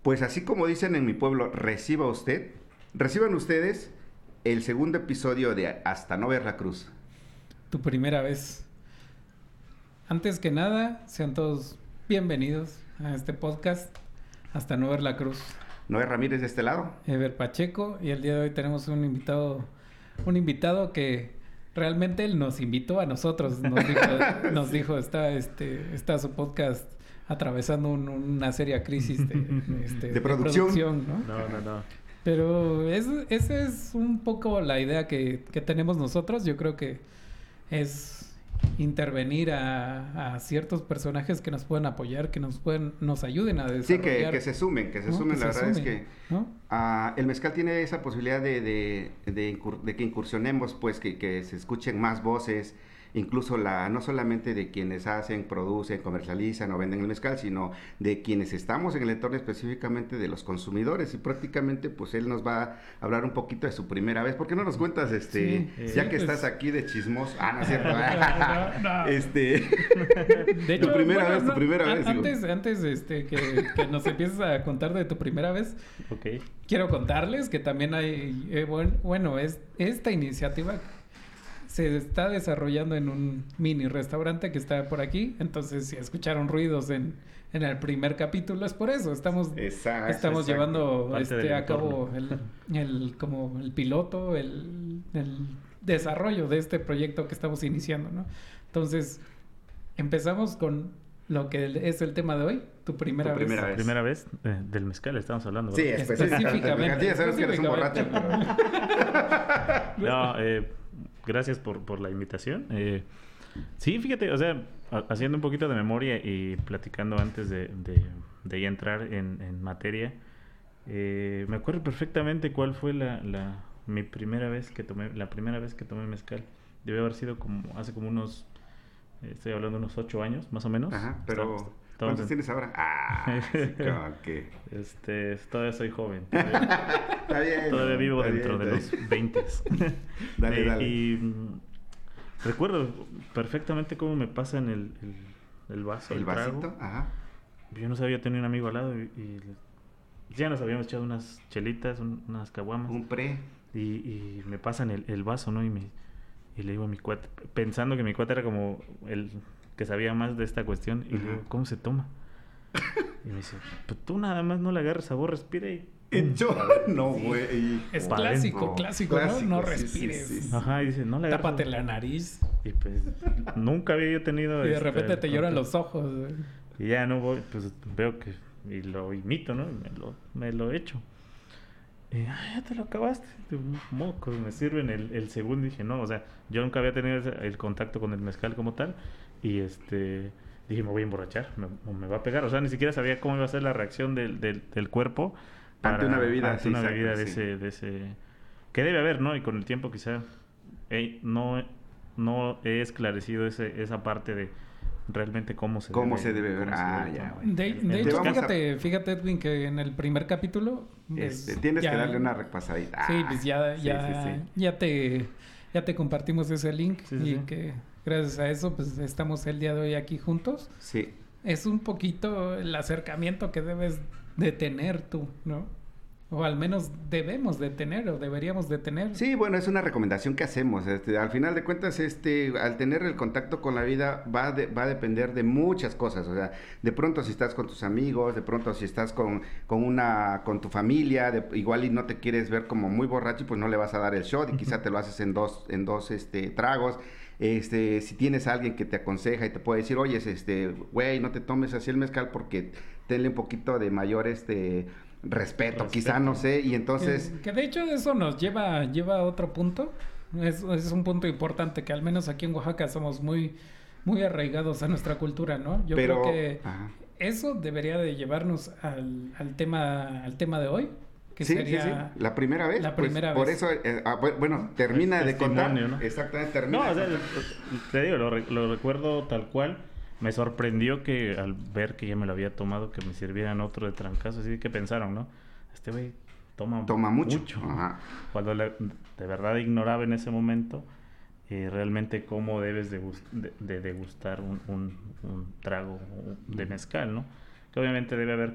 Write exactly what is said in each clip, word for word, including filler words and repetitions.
Pues así como dicen en mi pueblo, reciba usted, reciban ustedes el segundo episodio de Hasta no ver la cruz. Tu primera vez. Antes que nada, sean todos bienvenidos a este podcast Hasta no ver la cruz. Noé Ramírez de este lado. Ever Pacheco, y el día de hoy tenemos un invitado, un invitado que realmente él nos invitó a nosotros, nos dijo, nos sí. dijo está, este, está su podcast atravesando un, una seria crisis de, este, de producción, de producción ¿no? No, no, no. Pero es, esa es un poco la idea que, que tenemos nosotros. Yo creo que es intervenir a, a ciertos personajes que nos puedan apoyar, que nos pueden, nos ayuden a desarrollar. Sí, que, que se sumen, que se ¿no? sumen. Que la se verdad sumen, es que ¿no? uh, el mezcal tiene esa posibilidad de, de, de, incur, de que incursionemos, pues, que, que se escuchen más voces, incluso la no solamente de quienes hacen, producen, comercializan o venden el mezcal, sino de quienes estamos en el entorno específicamente de los consumidores. Y prácticamente, pues, él nos va a hablar un poquito de su primera vez. ¿Por qué no nos cuentas, este, sí, ya sí, que pues... estás aquí de chismos? Ah, no es cierto. no, no. Este, de hecho, tu primera bueno, vez, no, tu primera a, vez. Antes, digo. antes este, que, que nos empieces a contar de tu primera vez, okay. Quiero contarles que también hay, eh, bueno, bueno, es esta iniciativa se está desarrollando en un mini restaurante que está por aquí. Entonces, si escucharon ruidos en, en el primer capítulo, es por eso. Estamos, exacto, estamos exacto. llevando este, a cabo el, el, como el piloto, el, el desarrollo de este proyecto que estamos iniciando, ¿no? Entonces, empezamos con lo que es el tema de hoy, tu primera tu vez. primera vez. Primera vez eh, del mezcal estamos hablando, ¿verdad? Sí, específicamente. Ya sabes que eres un borracho. No, eh... gracias por, por la invitación. Eh, sí, fíjate, o sea, a, haciendo un poquito de memoria y platicando antes de, de, de ya entrar en, en materia, eh, me acuerdo perfectamente cuál fue la, la mi primera vez que tomé, la primera vez que tomé mezcal. Debe haber sido como hace como unos, eh, estoy hablando de unos ocho años, más o menos. Ajá, pero Estamos, ¿cuántos en... tienes ahora? Ah, sí, como que... Este, todavía soy joven. Todavía, está bien. Todavía vivo está dentro bien, de los veintes. Dale, eh, dale. Y mm, recuerdo perfectamente cómo me pasan el, el, el vaso, el, el vasito, trago. ajá. Yo no sabía, tenía un amigo al lado y, y ya nos habíamos echado unas chelitas, un, unas caguamas. Un pre. Y, y me pasan el, el vaso, ¿no? Y, me, y le digo a mi cuate, pensando que mi cuate era como el que sabía más de esta cuestión, y uh-huh. le digo, ¿cómo se toma? Y me dice, pues tú nada más no le agarres sabor, respira y... Yo, no, güey. Es clásico, no, clásico, clásico, ¿no? No respires. Sí, sí, sí. Ajá, y dice, no le agarres. Tápate la nariz. Y pues, nunca había yo tenido... Y de este, repente te lloran los ojos. Güey. Y ya no voy, pues veo que... Y lo imito, ¿no? Y me lo, me lo echo. Y, ah, ya te lo acabaste. Mocos, me sirven el, el segundo. Y dije, no, o sea, yo nunca había tenido el contacto con el mezcal como tal. Y este... dije, me voy a emborrachar, me, me va a pegar. O sea, ni siquiera sabía cómo iba a ser la reacción del, del, del cuerpo para, ante una bebida, ante sí, una exacto, bebida sí. de ese, de ese que debe haber, ¿no? Y con el tiempo quizá hey, no, no he esclarecido ese, esa parte de realmente cómo se cómo debe, se debe ver. Ah, debe ya. De, el, de el hecho, mezcal. fíjate, a... fíjate, Edwin, que en el primer capítulo este, pues, tienes ya, que darle una repasadita. Sí, pues ya, ya, sí, sí, sí. ya te ya te compartimos ese link sí, sí, y sí. que gracias a eso pues estamos el día de hoy aquí juntos. Sí. Es un poquito el acercamiento que debes de tener tú, ¿no? O al menos debemos de tener o deberíamos de tener. Sí, bueno, es una recomendación que hacemos. Este, al final de cuentas, este, al tener el contacto con la vida va, de, va a depender de muchas cosas. O sea, de pronto si estás con tus amigos, de pronto si estás con, con una, con tu familia, de, igual y no te quieres ver como muy borracho, pues no le vas a dar el shot y quizá te lo haces en dos, en dos este, tragos. Este, si tienes a alguien que te aconseja y te puede decir, oye, este, güey, no te tomes así el mezcal porque tenle un poquito de mayor, este, respeto, respeto. quizá, no sé, y entonces... Que, que de hecho eso nos lleva, lleva a otro punto, es, es un punto importante, que al menos aquí en Oaxaca somos muy, muy arraigados a nuestra cultura, ¿no? Yo Pero, creo que ajá. eso debería de llevarnos al, al, tema, al tema de hoy. Que sí, sería sí, sí, la primera vez. La pues, primera por vez. eso, eh, ah, bueno, termina el de contar. ¿no? Exactamente, termina. No, o sea, te digo, lo, lo recuerdo tal cual. Me sorprendió que al ver que ya me lo había tomado, que me sirvieran otro de trancazo. Así que pensaron, ¿no? Este güey toma, toma mucho. mucho. Ajá. Cuando le, de verdad ignoraba en ese momento eh, realmente cómo debes de, de, de degustar un, un, un trago de mezcal, ¿no? Que obviamente debe haber como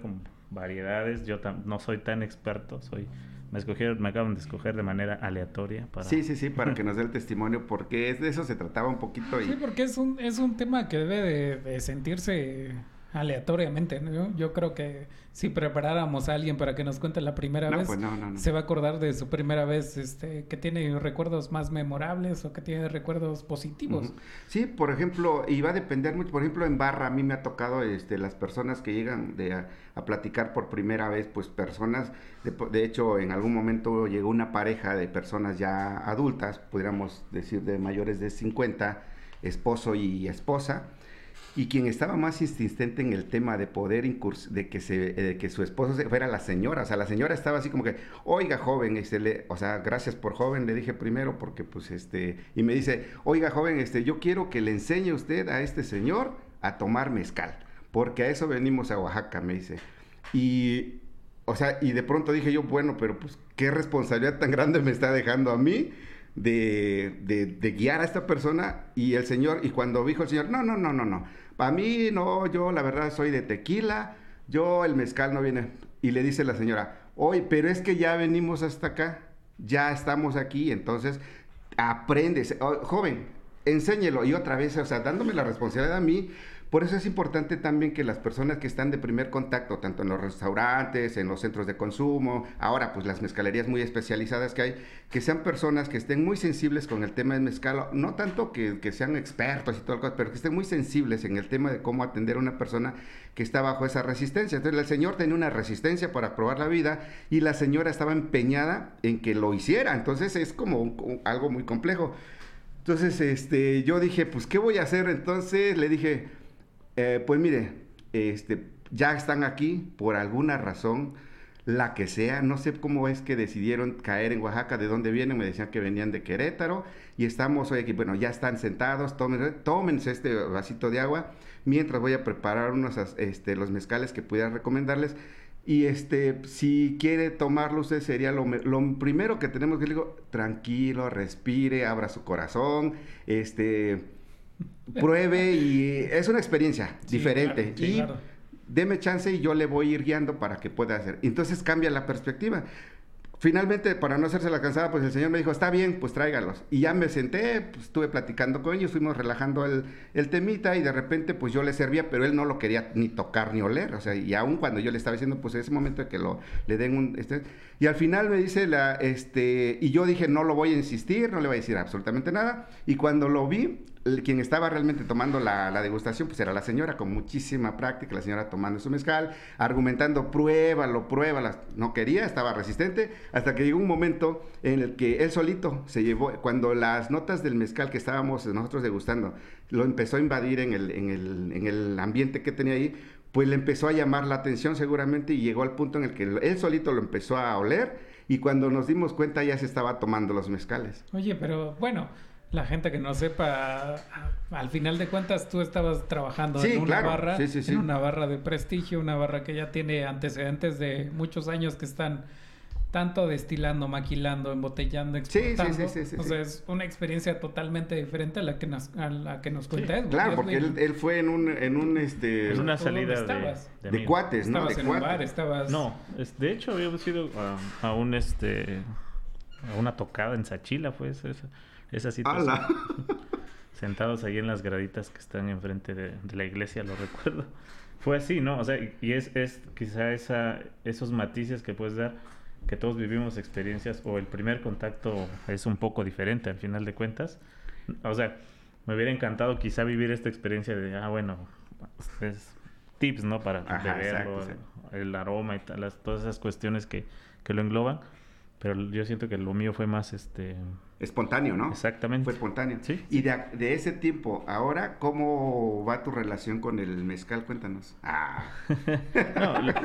variedades. Yo tam- no soy tan experto, soy... Me escogieron, me acaban de escoger de manera aleatoria para... Sí, sí, sí, para que nos dé el testimonio, porque es de eso se trataba un poquito. Y... Sí, porque es un, es un tema que debe de, de sentirse aleatoriamente, ¿no? Yo, yo creo que si preparáramos a alguien para que nos cuente la primera no, vez, pues no, no, no. se va a acordar de su primera vez, este, que tiene recuerdos más memorables o que tiene recuerdos positivos. Uh-huh. Sí, por ejemplo, y va a depender mucho, por ejemplo, en barra a mí me ha tocado este, las personas que llegan de a, a platicar por primera vez, pues personas, de, de hecho en algún momento llegó una pareja de personas ya adultas, pudiéramos decir de mayores de cincuenta, esposo y esposa, y quien estaba más insistente en el tema de poder incurs de que se de que su esposo se fuera la señora, o sea, la señora estaba así como que, oiga joven, este, le, o sea, gracias por joven, le dije primero porque pues este, y me dice, oiga joven, este, yo quiero que le enseñe usted a este señor a tomar mezcal, porque a eso venimos a Oaxaca, me dice, y, o sea, y de pronto dije yo, bueno, pero pues, ¿qué responsabilidad tan grande me está dejando a mí? De, de, de guiar a esta persona, y el señor, y cuando dijo el señor, no, no, no, no, no, para mí no, yo la verdad soy de tequila, yo el mezcal no viene, y le dice la señora, oye, pero es que ya venimos hasta acá, ya estamos aquí, entonces aprende, oh, joven, enséñelo, y otra vez, o sea, dándome la responsabilidad a mí. Por eso es importante también que las personas que están de primer contacto, tanto en los restaurantes, en los centros de consumo, ahora pues las mezcalerías muy especializadas que hay, que sean personas que estén muy sensibles con el tema del mezcal, no tanto que, que sean expertos y todo el pero que estén muy sensibles en el tema de cómo atender a una persona que está bajo esa resistencia. Entonces el señor tenía una resistencia para probar la vida y la señora estaba empeñada en que lo hiciera, entonces es como un, un, algo muy complejo. Entonces este, yo dije, pues ¿qué voy a hacer? Entonces le dije... Eh, pues mire, este, ya están aquí por alguna razón, la que sea, no sé cómo es que decidieron caer en Oaxaca, de dónde vienen, me decían que venían de Querétaro, y estamos hoy aquí, bueno, ya están sentados, tomen, tómense este vasito de agua, mientras voy a preparar unos, este, los mezcales que pudiera recomendarles, y este, si quiere tomarlo usted sería lo, lo primero que tenemos que le digo, tranquilo, respire, abra su corazón, este... pruebe y es una experiencia sí, diferente claro, sí, y claro. Deme chance y yo le voy a ir guiando para que pueda hacer. Entonces cambia la perspectiva. Finalmente, para no hacerse la cansada, pues el señor me dijo, está bien, pues tráigalos. Y ya me senté, pues estuve platicando con ellos, fuimos relajando el, el temita y de repente pues yo le servía, pero él no lo quería ni tocar ni oler. O sea, y aún cuando yo le estaba diciendo, pues ese momento de que lo, le den un... Este, y al final me dice, la este y yo dije, no lo voy a insistir, no le voy a decir absolutamente nada. Y cuando lo vi, el, quien estaba realmente tomando la, la degustación, pues era la señora, con muchísima práctica, la señora tomando su mezcal, argumentando, pruébalo, pruébalo. No quería, estaba resistente, hasta que llegó un momento en el que él solito se llevó, cuando las notas del mezcal que estábamos nosotros degustando, lo empezó a invadir en el, en el, en el ambiente que tenía ahí, pues le empezó a llamar la atención seguramente y llegó al punto en el que él solito lo empezó a oler y cuando nos dimos cuenta ya se estaba tomando los mezcales. Oye, pero bueno, la gente que no sepa, al final de cuentas tú estabas trabajando sí, en una claro. barra, sí, sí, sí. en una barra de prestigio, una barra que ya tiene antecedentes de muchos años que están tanto destilando, maquilando, embotellando, exportando. Sí, sí, sí, sí, sí, o sea, es una experiencia totalmente diferente a la que nos, a la que nos cuenta sí, Edwin. Claro, porque él, él fue en un, en un este... Es una salida de, de, de cuates, ¿no? Estabas de en cuates. un bar, estabas... No, es, de hecho habíamos ido a, a un este a una tocada en Sachila, fue esa, esa situación. ¡Hala! Sentados ahí en las graditas que están enfrente de, de la iglesia, lo recuerdo. Fue así, ¿no? O sea, y es, es quizá esa, esos matices que puedes dar, que todos vivimos experiencias, o el primer contacto es un poco diferente al final de cuentas. O sea, me hubiera encantado quizá vivir esta experiencia de, ah, bueno, es tips, ¿no? Para Ajá, beberlo, exacto, el, el aroma y tal, las, todas esas cuestiones que, que lo engloban. Pero yo siento que lo mío fue más, este... espontáneo, ¿no? Exactamente. Fue espontáneo. Sí. Y de, de ese tiempo, ahora, ¿cómo va tu relación con el mezcal? Cuéntanos. Ah. No, lo,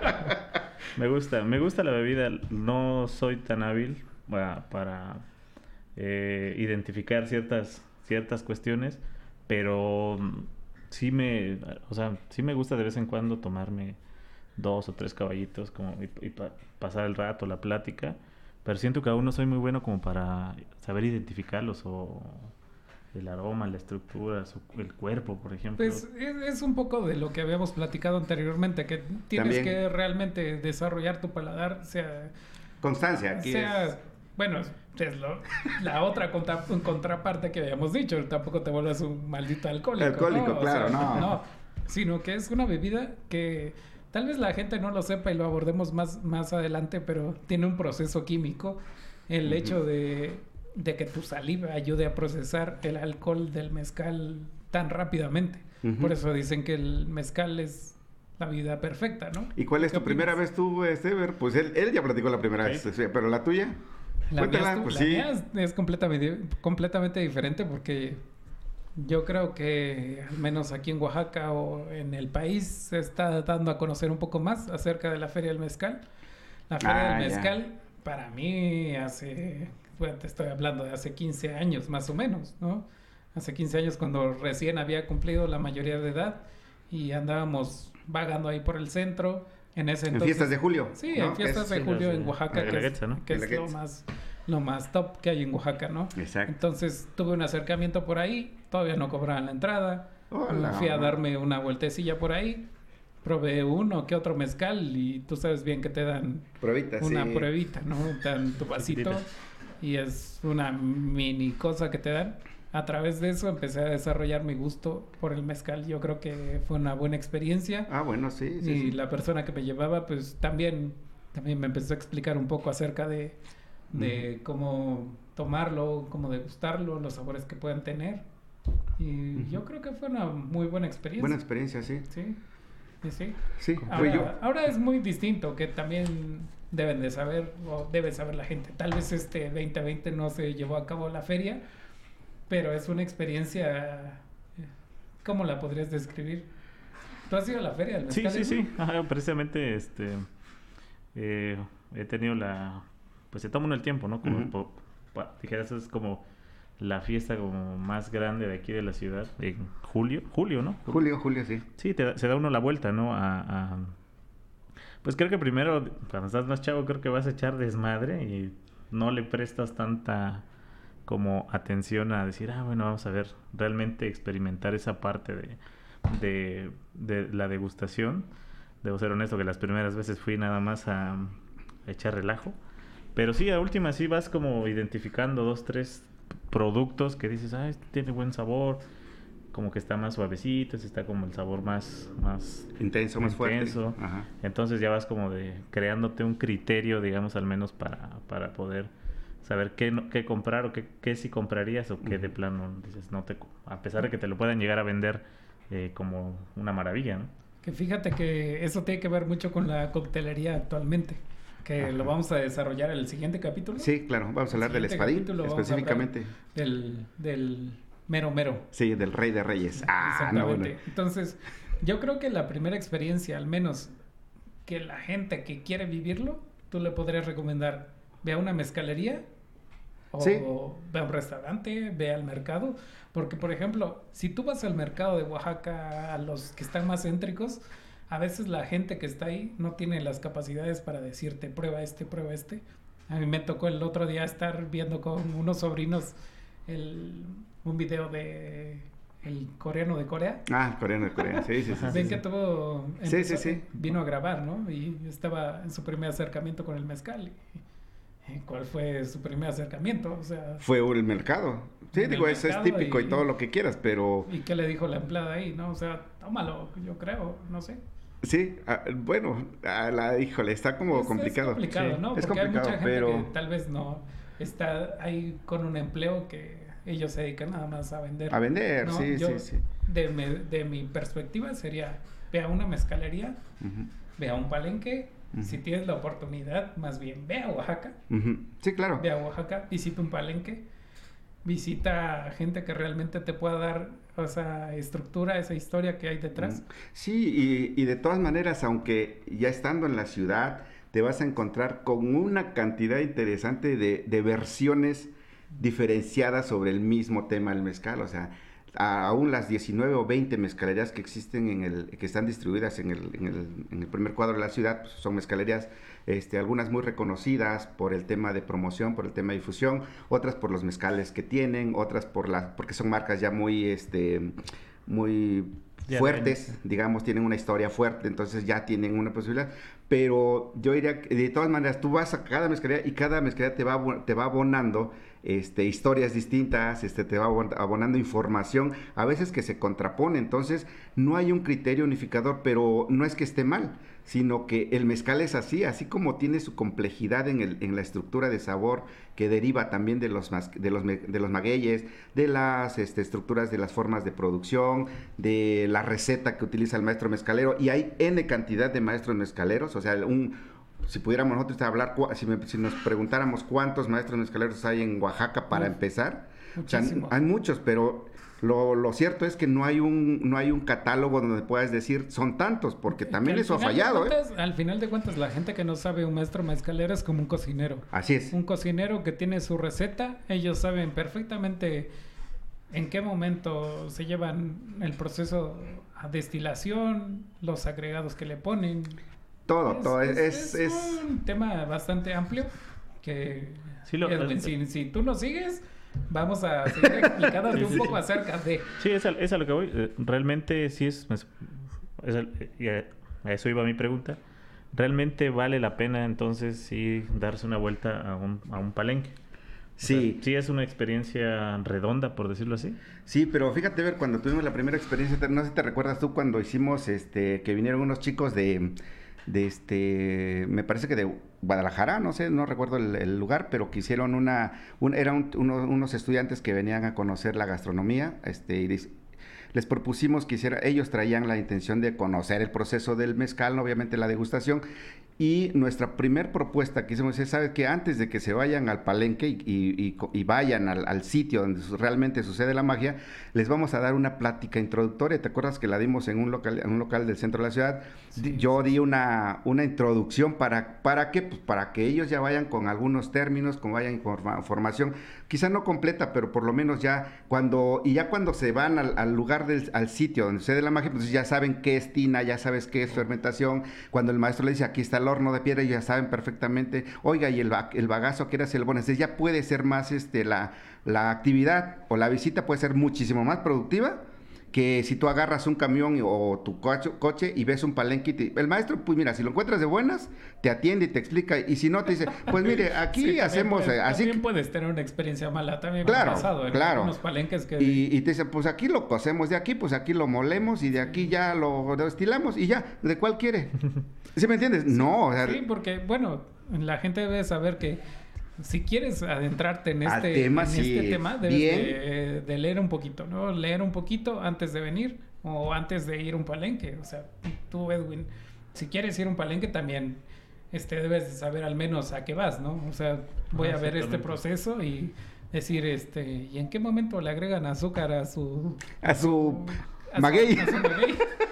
me gusta, me gusta la bebida. No soy tan hábil para, para eh, identificar ciertas, ciertas cuestiones, pero sí me, o sea, sí me gusta de vez en cuando tomarme dos o tres caballitos como y, y pa, pasar el rato, la plática, pero siento que aún no soy muy bueno como para saber identificarlos o el aroma, la estructura, su, el cuerpo, por ejemplo. Pues es, es un poco de lo que habíamos platicado anteriormente, que tienes También. que realmente desarrollar tu paladar, sea... Constancia, aquí sea, es... bueno, es lo, la otra contra, contraparte que habíamos dicho, tampoco te vuelvas un maldito alcohólico. Alcohólico, ¿no? claro, O sea, no. no. Sino que es una bebida que tal vez la gente no lo sepa y lo abordemos más, más adelante, pero tiene un proceso químico. El uh-huh. hecho de, de que tu saliva ayude a procesar el alcohol del mezcal tan rápidamente. Uh-huh. Por eso dicen que el mezcal es la vida perfecta, ¿no? ¿Y cuál es tu primera vez tú, Estever? Pues él, él ya platicó la primera ¿Sí? vez, pero la tuya... La Cuéntala, mía, es, pues la sí. mía es, es completamente, completamente diferente porque yo creo que al menos aquí en Oaxaca o en el país se está dando a conocer un poco más acerca de la Feria del Mezcal. La Feria ah, del Mezcal ya. para mí hace, bueno, te estoy hablando de hace quince años más o menos, ¿no? Hace quince años cuando recién había cumplido la mayoría de edad y andábamos vagando ahí por el centro. En ese entonces, en fiestas de julio. Sí, ¿no? en fiestas de julio en Oaxaca, que es, ¿no? que es lo más, lo más top que hay en Oaxaca, ¿no? Exacto. Entonces tuve un acercamiento por ahí, todavía no cobraban la entrada, Hola, fui a hombre. darme una vueltecilla por ahí, probé uno que otro mezcal y tú sabes bien que te dan Pruebita, una sí. pruebita, ¿no? Te dan tu vasito y es una mini cosa que te dan. A través de eso empecé a desarrollar mi gusto por el mezcal. Yo creo que fue una buena experiencia. Ah, bueno, sí, sí. Y sí. la persona que me llevaba, pues también, también me empezó a explicar un poco acerca de, de uh-huh. cómo tomarlo, cómo degustarlo, los sabores que pueden tener. Y uh-huh. yo creo que fue una muy buena experiencia. Buena experiencia, sí. Sí, sí, sí. sí. Ahora, yo... ahora es muy distinto, que también deben de saber, o debe saber la gente. Tal vez este veinte veinte no se llevó a cabo la feria, pero es una experiencia, ¿cómo la podrías describir? ¿Tú has ido a la feria del mezcal? Sí, sí, sí. Ajá, precisamente este, eh, he tenido la... Pues se toma uno el tiempo, ¿no? Como, uh-huh. po, pa, dijeras, es como la fiesta como más grande de aquí de la ciudad, en julio, julio, ¿no? Julio, julio, sí. Sí, te, se da uno la vuelta, ¿no? A, a, pues creo que primero, cuando estás más chavo, creo que vas a echar desmadre y no le prestas tanta... como atención a decir, ah, bueno, vamos a ver, realmente experimentar esa parte de, de, de la degustación. Debo ser honesto que las primeras veces fui nada más a, a echar relajo. Pero sí, a última sí vas como identificando dos, tres productos que dices, ah, este tiene buen sabor, como que está más suavecito, este está como el sabor más... más intenso, más intenso. fuerte. Ajá. Entonces ya vas como de creándote un criterio, digamos, al menos para, para poder... saber qué, no, qué comprar o qué, qué sí comprarías o qué uh-huh. de plano dices no te... A pesar de que te lo puedan llegar a vender eh, como una maravilla, ¿no? Que fíjate que eso tiene que ver mucho con la coctelería actualmente, que Ajá. lo vamos a desarrollar en el siguiente capítulo. Sí, claro, vamos a hablar del espadín específicamente. Del, del mero mero. Sí, del rey de reyes. Ah, exactamente. No, bueno. Entonces, yo creo que la primera experiencia, al menos que la gente que quiere vivirlo, tú le podrías recomendar, ve a una mezcalería, o sí. ve a un restaurante, ve al mercado, porque por ejemplo, si tú vas al mercado de Oaxaca, a los que están más céntricos, a veces la gente que está ahí no tiene las capacidades para decirte, prueba este, prueba este. A mí me tocó el otro día estar viendo con unos sobrinos el, un video de el coreano de Corea. Ah, el coreano de Corea, sí, sí, sí. Ven sí, que sí. tuvo, empezó, sí, sí, sí. vino a grabar, ¿no? Y estaba en su primer acercamiento con el mezcal. Y, ¿cuál fue su primer acercamiento? O sea, fue el mercado. Sí, digo, eso es típico y, y todo lo que quieras, pero... ¿Y qué le dijo la empleada ahí, no? O sea, tómalo, yo creo, no sé. Sí, ah, bueno, ah, la, híjole, está como es, complicado. Es complicado, sí. ¿no? Es Porque complicado, hay mucha gente pero... que tal vez no está ahí con un empleo que ellos se dedican nada más a vender. A vender, ¿no? sí, yo, sí, sí. De, me, de mi perspectiva sería, ve a una mezcalería, uh-huh. ve a un palenque, uh-huh. si tienes la oportunidad, más bien, ve a Oaxaca. Uh-huh. Sí, claro. Ve a Oaxaca, visita un palenque, visita gente que realmente te pueda dar esa estructura, esa historia que hay detrás. Sí, y, y de todas maneras, aunque ya estando en la ciudad, te vas a encontrar con una cantidad interesante de, de versiones diferenciadas sobre el mismo tema del mezcal. O sea, aún las diecinueve o veinte mezcalerías que existen en el, que están distribuidas en el, en el, en el primer cuadro de la ciudad, pues son mezcalerías, este, algunas muy reconocidas por el tema de promoción, por el tema de difusión, otras por los mezcales que tienen, otras por la, porque son marcas ya muy, este, muy ya fuertes, ven. digamos, tienen una historia fuerte, entonces ya tienen una posibilidad. Pero yo diría que de todas maneras tú vas a cada mezcalería y cada mezcalería te va, te va abonando este, historias distintas, este, te va abonando información, a veces que se contrapone. Entonces no hay un criterio unificador, pero no es que esté mal, sino que el mezcal es así, así como tiene su complejidad en, el, en la estructura de sabor que deriva también de los, de los, de los magueyes, de las este, estructuras de las formas de producción, de la receta que utiliza el maestro mezcalero, y hay N cantidad de maestros mezcaleros, o sea, un, si pudiéramos nosotros hablar, si, me, si nos preguntáramos cuántos maestros mezcaleros hay en Oaxaca para Uf, empezar, o sea, hay muchos, pero lo, lo cierto es que no hay un no hay un catálogo donde puedas decir son tantos, porque también eso ha fallado. Cuentas, ¿eh? Al final de cuentas, la gente que no sabe un maestro mezcalero es como un cocinero. Así es. Un cocinero que tiene su receta, ellos saben perfectamente en qué momento se llevan el proceso a destilación, los agregados que le ponen. Todo, es, todo. Es, es, es, es un tema bastante amplio que, sí, lo, Edwin, es, si, si tú lo sigues, vamos a seguir explicándote un poco acerca de... Sí, es a, es a lo que voy. Realmente sí es... es, es a, a eso iba mi pregunta. ¿Realmente vale la pena entonces sí darse una vuelta a un, a un palenque? Sí. O sea, sí es una experiencia redonda, por decirlo así. Sí, pero fíjate, ver, cuando tuvimos la primera experiencia, no sé si te recuerdas tú cuando hicimos, este, que vinieron unos chicos de, de este, me parece que de Guadalajara, no sé, no recuerdo el, el lugar, pero que hicieron una, un, eran un, uno, unos estudiantes que venían a conocer la gastronomía, este, y les propusimos que hiciera, ellos traían la intención de conocer el proceso del mezcal, obviamente la degustación, y nuestra primer propuesta que hicimos es, ¿sabes qué? Antes de que se vayan al palenque y, y, y, y vayan al, al sitio donde realmente sucede la magia, les vamos a dar una plática introductoria. ¿Te acuerdas que la dimos en un local, en un local del centro de la ciudad? Sí. Yo di una, una introducción para, ¿para qué? Pues para que ellos ya vayan con algunos términos, con vayan informa, formación, quizá no completa, pero por lo menos ya cuando, y ya cuando se van al, al lugar del, al sitio donde sucede la magia, pues ya saben qué es tina, ya sabes qué es fermentación. Cuando el maestro le dice, aquí está el horno de piedra, ya saben perfectamente, oiga, y el, el bagazo que era el bueno, entonces ya puede ser más este la, la actividad o la visita puede ser muchísimo más productiva que si tú agarras un camión o tu coche, coche y ves un palenque y te, el maestro, pues mira, si lo encuentras de buenas, te atiende y te explica, y si no te dice, pues mire, aquí sí, hacemos puedes, así. También puedes tener una experiencia mala, también claro, me ha pasado en claro. unos palenques que... Y, y te dice, pues aquí lo cocemos de aquí, pues aquí lo molemos y de aquí ya lo destilamos y ya, ¿de cuál quiere? ¿Sí me entiendes? Sí, no. O sea, sí, porque, bueno, la gente debe saber que si quieres adentrarte en este tema, en sí, este tema, debes de, de leer un poquito, ¿no? Leer un poquito antes de venir o antes de ir a un palenque. O sea, tú, Edwin, si quieres ir a un palenque también este, debes de saber al menos a qué vas, ¿no? O sea, voy ah, a ver este proceso y decir, este, ¿y en qué momento le agregan azúcar a su... A su... A maguey. Su, a su maguey?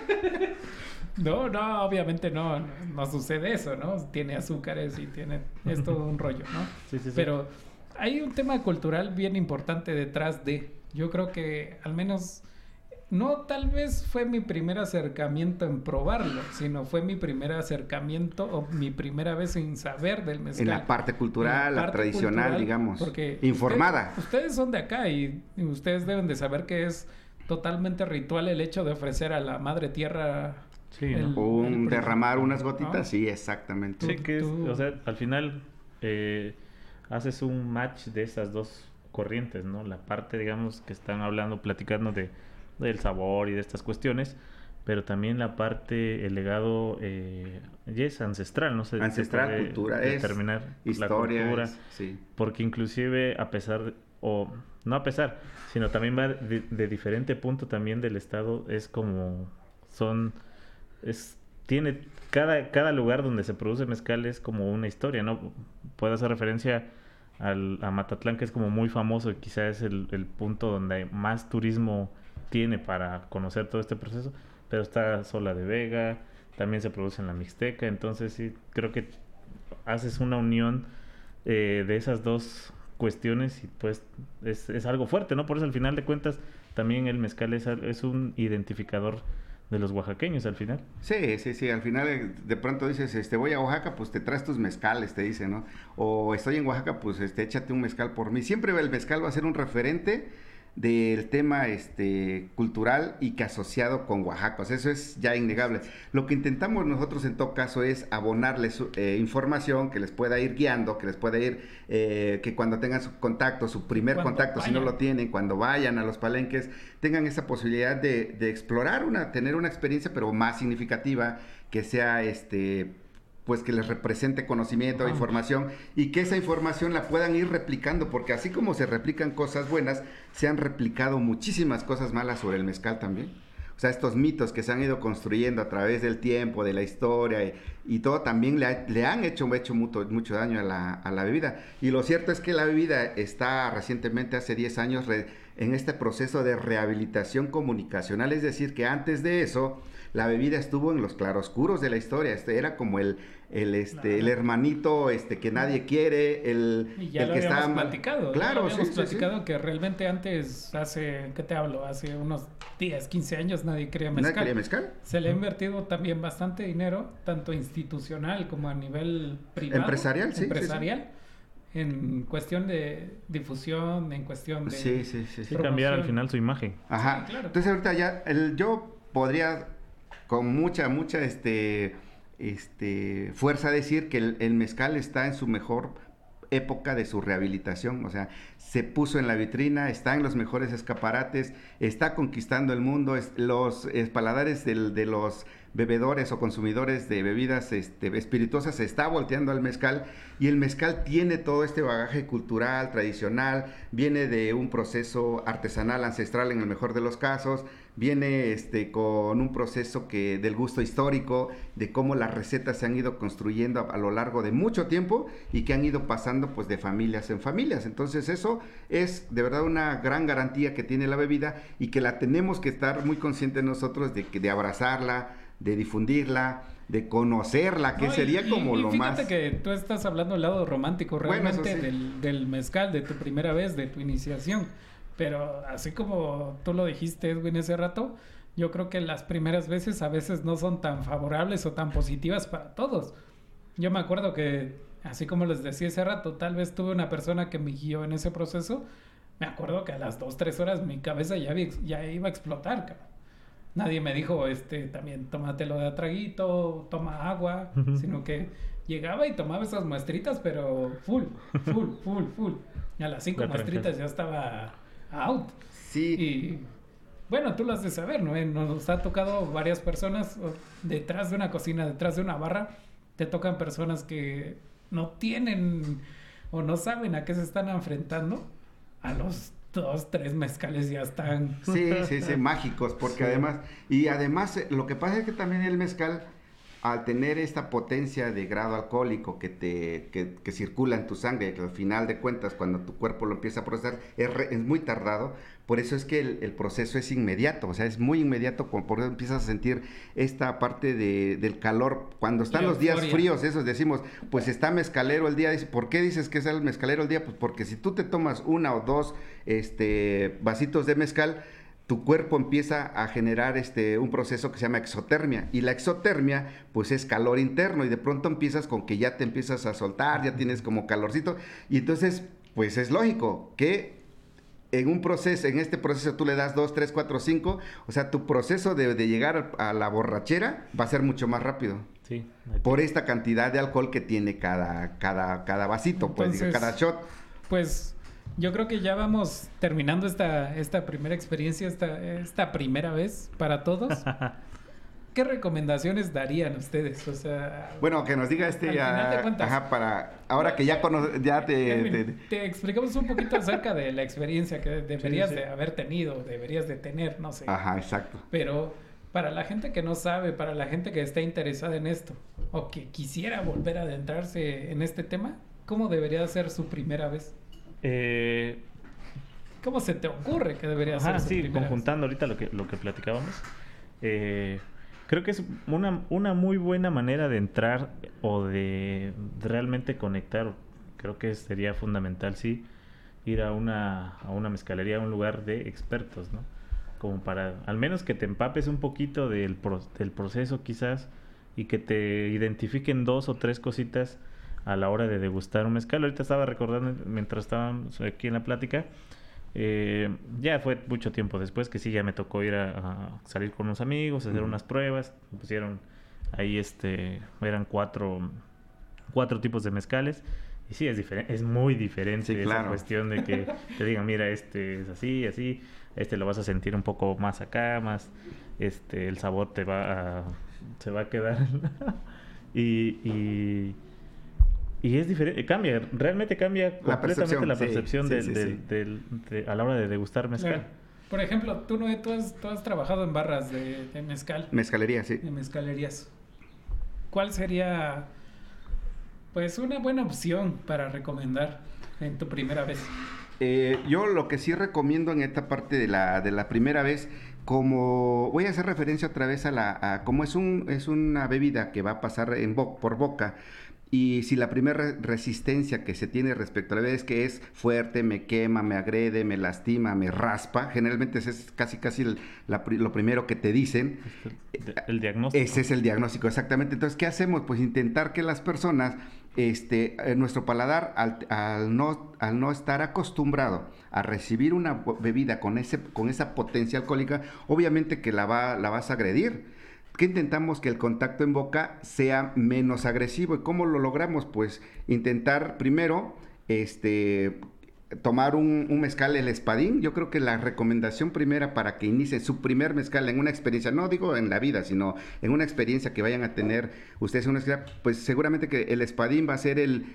No, no, obviamente no, no sucede eso, ¿no? Tiene azúcares y tiene, es todo un rollo, ¿no? Sí, sí, sí. Pero hay un tema cultural bien importante detrás de, yo creo que al menos, no tal vez fue mi primer acercamiento en probarlo, sino fue mi primer acercamiento o mi primera vez en saber del mezcal. En la parte cultural, la, parte la tradicional, cultural, digamos, porque informada. Usted, ustedes son de acá y, y ustedes deben de saber que es totalmente ritual el hecho de ofrecer a la madre tierra... Sí, el, ¿no? Un el derramar unas gotitas, ¿no? Sí, exactamente. Sí, que es, o sea, al final eh, haces un match de esas dos corrientes, ¿no? La parte, digamos, que están hablando, platicando de del sabor y de estas cuestiones, pero también la parte, el legado, eh, yes, ancestral, ¿no sé. Ancestral, de, cultura, de es terminar historia, la cultura, es, sí. Porque inclusive a pesar, o no a pesar, sino también va de, de diferente punto también del estado, es como, son... Es, tiene cada, cada lugar donde se produce mezcal es como una historia, ¿no? Puedo hacer referencia al, a Matatlán, que es como muy famoso y quizás es el, el punto donde más turismo tiene para conocer todo este proceso, pero está Sola de Vega, también se produce en la Mixteca, entonces sí, creo que haces una unión eh, de esas dos cuestiones y pues es, es algo fuerte, ¿no? Por eso al final de cuentas también el mezcal es, es un identificador de los oaxaqueños al final. Sí, sí, sí, al final de pronto dices, este, voy a Oaxaca, pues te traes tus mezcales, te dicen, ¿no? O estoy en Oaxaca, pues este, échate un mezcal por mí. Siempre el mezcal va a ser un referente del tema este cultural y que asociado con Oaxaca, o sea, eso es ya innegable. Lo que intentamos nosotros en todo caso es abonarles eh, información que les pueda ir guiando, que les pueda ir, eh, que cuando tengan su contacto, su primer Cuando contacto, vayan. si no lo tienen, cuando vayan a los palenques, tengan esa posibilidad de, de explorar, una, tener una experiencia, pero más significativa, que sea este... pues que les represente conocimiento, Ajá. información, y que esa información la puedan ir replicando, porque así como se replican cosas buenas, se han replicado muchísimas cosas malas sobre el mezcal también. O sea, estos mitos que se han ido construyendo a través del tiempo, de la historia y, y todo, también le, ha, le han hecho, hecho mucho, mucho daño a la, a la bebida. Y lo cierto es que la bebida está recientemente, hace diez años, re, en este proceso de rehabilitación comunicacional, es decir, que antes de eso, la bebida estuvo en los claroscuros de la historia. Este era como el, el, este, claro. el hermanito este, que nadie quiere, el, y ya el lo que habíamos está platicado. Claro, ya lo habíamos sí, platicado sí, que realmente antes, hace, ¿qué te hablo? Hace unos diez, quince años nadie quería mezcal. ¿Nadie quería mezcal? Se le ha invertido también bastante dinero, tanto institucional como a nivel privado. Empresarial, sí. Empresarial. Sí, sí. En cuestión de difusión, en cuestión de... Sí, sí, sí. sí cambiar al final su imagen. Ajá. Sí, claro. Entonces ahorita ya, el, yo podría con mucha, mucha este, este, fuerza decir que el, el mezcal está en su mejor época de su rehabilitación, o sea, se puso en la vitrina, está en los mejores escaparates, está conquistando el mundo, es, los es, paladares del, de los bebedores o consumidores de bebidas este, espirituosas se está volteando al mezcal, y el mezcal tiene todo este bagaje cultural, tradicional, viene de un proceso artesanal, ancestral en el mejor de los casos, viene este, con un proceso que del gusto histórico, de cómo las recetas se han ido construyendo a, a lo largo de mucho tiempo y que han ido pasando pues de familias en familias. Entonces eso es de verdad una gran garantía que tiene la bebida y que la tenemos que estar muy conscientes nosotros de, que, de abrazarla, de difundirla, de conocerla, que no, sería y, como y lo fíjate más... que tú estás hablando del lado romántico realmente bueno, sí. del, del mezcal, de tu primera vez, de tu iniciación. Pero así como tú lo dijiste, Edwin, ese rato, yo creo que las primeras veces a veces no son tan favorables o tan positivas para todos. Yo me acuerdo que, así como les decía ese rato, tal vez tuve una persona que me guió en ese proceso. Me acuerdo que a las dos, tres horas mi cabeza ya, ya iba a explotar, cabrón. Nadie me dijo, este, también tómatelo de a traguito, toma agua, uh-huh. sino que llegaba y tomaba esas muestritas, pero full, full, full, full. Y a las cinco La muestritas ya estaba out. Sí. Y bueno, tú lo has de saber, ¿no? Nos ha tocado varias personas detrás de una cocina, detrás de una barra, te tocan personas que no tienen o no saben a qué se están enfrentando. A los dos, tres mezcales ya están. Sí, sí, sí, mágicos, porque sí. además, y además lo que pasa es que también el mezcal, al tener esta potencia de grado alcohólico que te que, que circula en tu sangre, que al final de cuentas cuando tu cuerpo lo empieza a procesar es, re, es muy tardado, por eso es que el, el proceso es inmediato, o sea, es muy inmediato, por eso empiezas a sentir esta parte de, del calor, cuando están los días fríos, esos decimos, pues está mezcalero el día, ¿por qué dices que es el mezcalero el día? Pues porque si tú te tomas una o dos este, vasitos de mezcal, tu cuerpo empieza a generar este un proceso que se llama exotermia, y la exotermia pues es calor interno, y de pronto empiezas con que ya te empiezas a soltar, ya tienes como calorcito, y entonces pues es lógico que en un proceso, en este proceso tú le das dos, tres, cuatro, cinco, o sea, tu proceso de, de llegar a la borrachera va a ser mucho más rápido. Sí. Por esta cantidad de alcohol que tiene cada, cada, cada vasito, pues, entonces, cada shot. Pues yo creo que ya vamos terminando esta, esta primera experiencia, esta, esta primera vez para todos. ¿Qué recomendaciones darían ustedes? O sea, bueno, que nos diga este, a, cuentas, ajá, para ahora que ya cono, ya te, Edwin, te te explicamos un poquito acerca de la experiencia que deberías sí, sí. de haber tenido, deberías de tener, no sé. Ajá, exacto. Pero para la gente que no sabe, para la gente que está interesada en esto o que quisiera volver a adentrarse en este tema, ¿cómo debería ser su primera vez? Eh, ¿Cómo se te ocurre que debería ajá, ser su sí, primera conjuntando vez? ahorita lo que, lo que platicábamos. Eh, creo que es una, una muy buena manera de entrar o de, de realmente conectar. Creo que sería fundamental, sí, ir a una, a una mezcalería, a un lugar de expertos, ¿no? como para, al menos que te empapes un poquito del, pro, del proceso quizás, y que te identifiquen dos o tres cositas a la hora de degustar un mezcal. Ahorita estaba recordando, mientras estábamos aquí en la plática, eh, ya fue mucho tiempo después que sí, ya me tocó ir a, a salir con unos amigos, hacer uh-huh. unas pruebas, me pusieron ahí, este, eran cuatro, cuatro tipos de mezcales. Y sí, es diferente, es muy diferente sí, claro. esa cuestión de que te digan, mira, este es así, así, este lo vas a sentir un poco más acá, más, este, el sabor te va a, se va a quedar. y, y, y es diferente, cambia, realmente cambia la completamente percepción, la percepción sí, del, sí, sí, del, sí. Del, del, de, a la hora de degustar mezcal. Claro. Por ejemplo, tú, no, tú, has, tú has trabajado en barras de, de mezcal. Mezcalería, sí. De mezcalerías. ¿Cuál sería... pues una buena opción para recomendar en tu primera vez? Eh, yo lo que sí recomiendo en esta parte de la, de la primera vez, como voy a hacer referencia otra vez a la, a, como es un, es una bebida que va a pasar en bo, por boca, y si la primera resistencia que se tiene respecto a la bebida es que es fuerte, me quema, me agrede, me lastima, me raspa, generalmente ese es casi casi el, la, lo primero que te dicen. El, el diagnóstico. Ese es el diagnóstico, exactamente. Entonces, ¿qué hacemos? Pues intentar que las personas, este, nuestro paladar, al, al, no, al no estar acostumbrado a recibir una bebida con, ese, con esa potencia alcohólica, obviamente que la, va, la vas a agredir. ¿Qué intentamos? Que el contacto en boca sea menos agresivo. ¿Y cómo lo logramos? Pues intentar primero este, tomar un, un mezcal, el espadín. Yo creo que la recomendación primera para que inicie su primer mezcal en una experiencia, no digo en la vida, sino en una experiencia que vayan a tener ustedes en una experiencia, pues seguramente que el espadín va a ser el,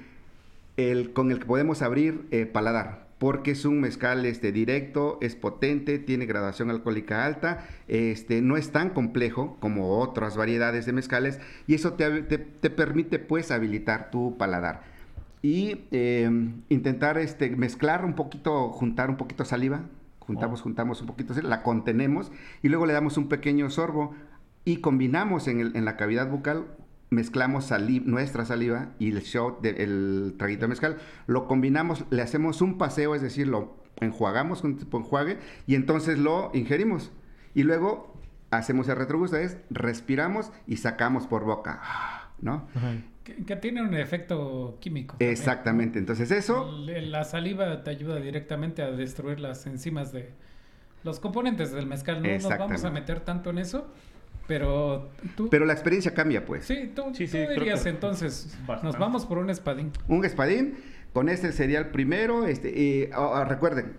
el con el que podemos abrir eh, paladar. Porque es un mezcal este, directo, es potente, tiene graduación alcohólica alta, este, no es tan complejo como otras variedades de mezcales, y eso te, te, te permite pues habilitar tu paladar. Y eh, intentar este, mezclar un poquito, juntar un poquito saliva, juntamos, oh. juntamos un poquito, la contenemos, y luego le damos un pequeño sorbo, y combinamos en, el, en la cavidad bucal, mezclamos saliva, nuestra saliva y el shot, de, el traguito de mezcal, lo combinamos, le hacemos un paseo, es decir, lo enjuagamos con un tipo de enjuague y entonces lo ingerimos. Y luego hacemos el retrogusto, es respiramos y sacamos por boca, ¿no? Que, que tiene un efecto químico. También. Exactamente, entonces eso... El, la saliva te ayuda directamente a destruir las enzimas de los componentes del mezcal. No nos vamos a meter tanto en eso. Pero tú... Pero la experiencia cambia, pues. Sí, tú, sí, tú sí, dirías que... entonces, bastante. Nos vamos por un espadín. Un espadín, con este sería el primero. Este, y, oh, recuerden,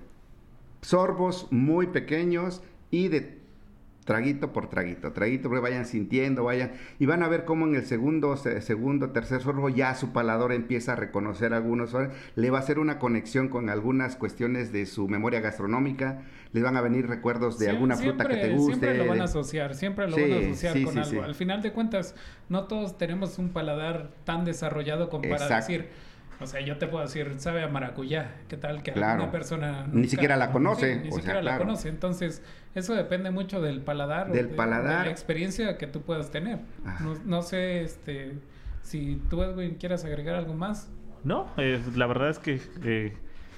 sorbos muy pequeños y de traguito por traguito. Traguito, porque vayan sintiendo, vayan... Y van a ver cómo en el segundo, segundo, tercer sorbo ya su paladar empieza a reconocer algunos... Le va a hacer una conexión con algunas cuestiones de su memoria gastronómica. Les van a venir recuerdos de sí, alguna fruta siempre, que te guste. Siempre lo van a asociar, siempre lo sí, van a asociar sí, con sí, algo. Sí. Al final de cuentas, no todos tenemos un paladar tan desarrollado como para Exacto. decir... O sea, yo te puedo decir, sabe a maracuyá, ¿qué tal? Que claro. alguna persona... Nunca, ni siquiera la conoce. Sí, ni o siquiera sea, la claro. conoce. Entonces, eso depende mucho del paladar. Del o de, paladar. de la experiencia que tú puedas tener. Ah. No, no sé, este... Si tú, Edwin, quieras agregar algo más. No, eh, la verdad es que... Eh...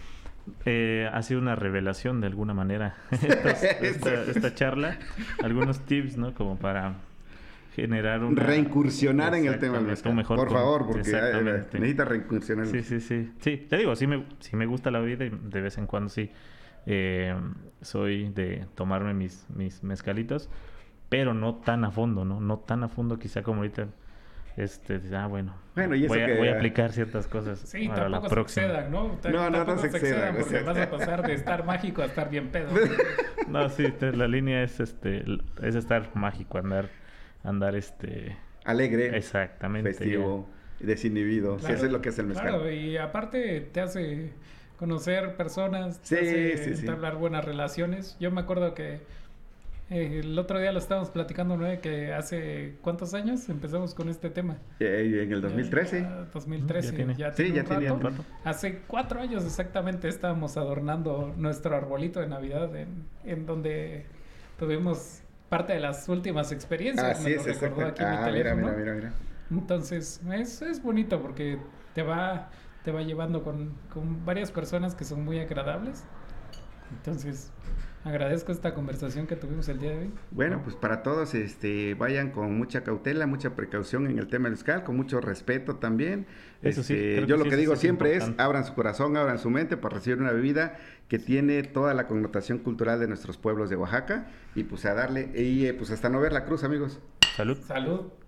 Eh, ha sido una revelación de alguna manera esta, esta, esta charla, algunos tips, ¿no? Como para generar una... Reincursionar en el tema del mezcal. Mejor por con... favor, porque eh, necesita reincursionar. Sí, sí, sí. Sí, te digo, sí me, sí me gusta la vida y de vez en cuando sí eh, soy de tomarme mis, mis mezcalitos, pero no tan a fondo, ¿no? No tan a fondo quizá como ahorita... Este, ah, bueno, bueno y eso voy, a, que... voy a aplicar ciertas cosas sí, para la próxima. Sí, tampoco se excedan, ¿no? T- no, no, no se excedan. Porque vas a pasar de estar mágico a estar bien pedo. No, sí, te, la línea es este es estar mágico, andar andar este alegre, exactamente, festivo, ya. Desinhibido. Claro, sí, eso es lo que es el mezcal. Claro, y aparte te hace conocer personas, sí, te hace sí, sí. entablar buenas relaciones. Yo me acuerdo que Eh, el otro día lo estábamos platicando, ¿no? Que hace ¿cuántos años empezamos con este tema? Eh, en el dos mil trece. Eh, dos mil trece, ya tiene, ya tiene sí, ya un tenía rato. un rato. Hace cuatro años exactamente estábamos adornando nuestro arbolito de Navidad en, en donde tuvimos parte de las últimas experiencias. Así es, recordó aquí ah, mi teléfono. Mira, mira, mira, mira. Entonces, es, es bonito porque te va, te va llevando con, con varias personas que son muy agradables. Entonces, agradezco esta conversación que tuvimos el día de hoy. Bueno, pues para todos, este, vayan con mucha cautela, mucha precaución en el tema del mezcal, con mucho respeto también. Eso sí, Este, creo yo que lo sí, que eso digo sí es siempre es, importante. abran su corazón, abran su mente para recibir una bebida que tiene toda la connotación cultural de nuestros pueblos de Oaxaca y pues a darle, y eh, pues hasta no ver la cruz, amigos. Salud. Salud.